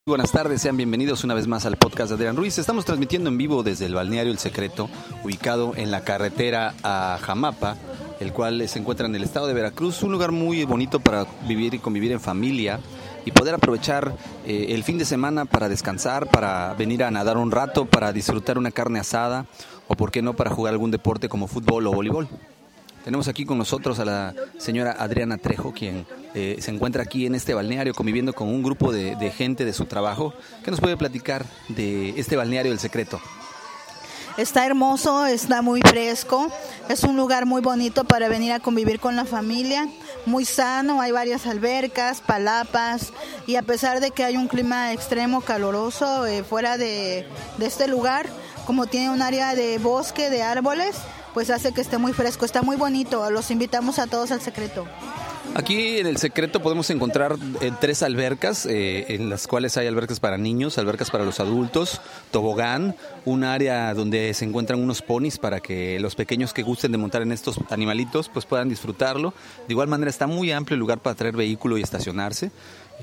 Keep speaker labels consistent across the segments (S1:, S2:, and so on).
S1: Buenas tardes, sean bienvenidos una vez más al podcast de Adrián Ruiz. Estamos transmitiendo en vivo desde el balneario El Secreto, ubicado en la carretera a Jamapa, el cual se encuentra en el estado de Veracruz, un lugar muy bonito para vivir y convivir en familia y poder aprovechar el fin de semana para descansar, para venir a nadar un rato, para disfrutar una carne asada o, por qué no, para jugar algún deporte como fútbol o voleibol. Tenemos aquí con nosotros a la señora Adriana Trejo, quien se encuentra aquí en este balneario conviviendo con un grupo de gente de su trabajo. ¿Qué nos puede platicar de este balneario El Secreto?
S2: Está hermoso, está muy fresco, es un lugar muy bonito para venir a convivir con la familia, muy sano, hay varias albercas, palapas, y a pesar de que hay un clima extremo caluroso fuera de este lugar, como tiene un área de bosque, de árboles, pues hace que esté muy fresco, está muy bonito. Los invitamos a todos al Secreto.
S1: Aquí en El Secreto podemos encontrar 3 albercas, en las cuales hay albercas para niños, albercas para los adultos, tobogán, un área donde se encuentran unos ponis para que los pequeños que gusten de montar en estos animalitos pues puedan disfrutarlo. De igual manera está muy amplio el lugar para traer vehículo y estacionarse.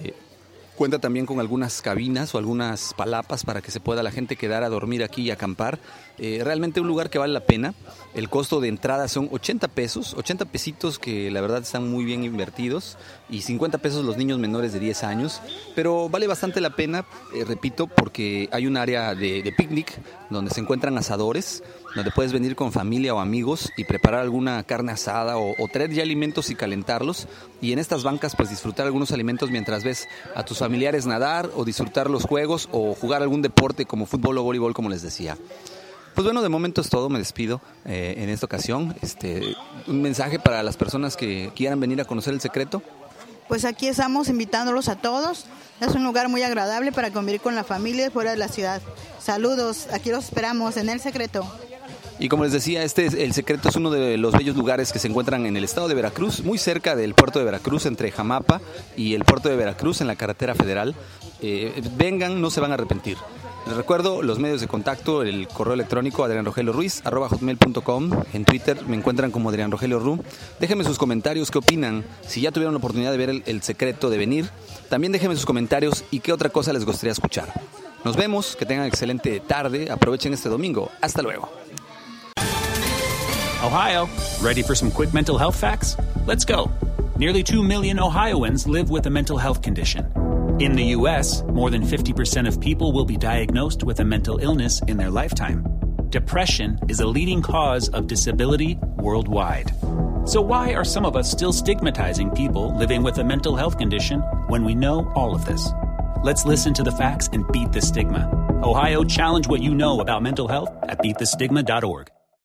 S1: Cuenta también con algunas cabinas o algunas palapas para que se pueda la gente quedar a dormir aquí y acampar. Realmente un lugar que vale la pena. El costo de entrada son 80 pesos, 80 pesitos que la verdad están muy bien invertidos, y 50 pesos los niños menores de 10 años. Pero vale bastante la pena, repito, porque hay un área de picnic donde se encuentran asadores, donde puedes venir con familia o amigos y preparar alguna carne asada o traer ya alimentos y calentarlos. Y en estas bancas pues disfrutar algunos alimentos mientras ves a tus familiares nadar o disfrutar los juegos o jugar algún deporte como fútbol o voleibol, como les decía. Pues bueno, de momento es todo, me despido en esta ocasión. Un mensaje para las personas que quieran venir a conocer El Secreto.
S2: Pues aquí estamos invitándolos a todos. Es un lugar muy agradable para convivir con la familia fuera de la ciudad. Saludos, aquí los esperamos en El Secreto.
S1: Y como les decía, El Secreto es uno de los bellos lugares que se encuentran en el estado de Veracruz, muy cerca del puerto de Veracruz, entre Jamapa y el puerto de Veracruz, en la carretera federal. Vengan, no se van a arrepentir. Les recuerdo los medios de contacto: el correo electrónico adrianrogelioruiz@hotmail.com, en Twitter me encuentran como Adrián Rogelio Ru. Déjenme sus comentarios, qué opinan, si ya tuvieron la oportunidad de ver el Secreto, de venir. También déjenme sus comentarios y qué otra cosa les gustaría escuchar. Nos vemos, que tengan excelente tarde, aprovechen este domingo. Hasta luego.
S3: Ohio, ready for some quick mental health facts? Let's go. Nearly 2 million Ohioans live with a mental health condition. In the U.S., more than 50% of people will be diagnosed with a mental illness in their lifetime. Depression is a leading cause of disability worldwide. So why are some of us still stigmatizing people living with a mental health condition when we know all of this? Let's listen to the facts and beat the stigma. Ohio, challenge what you know about mental health at beatthestigma.org.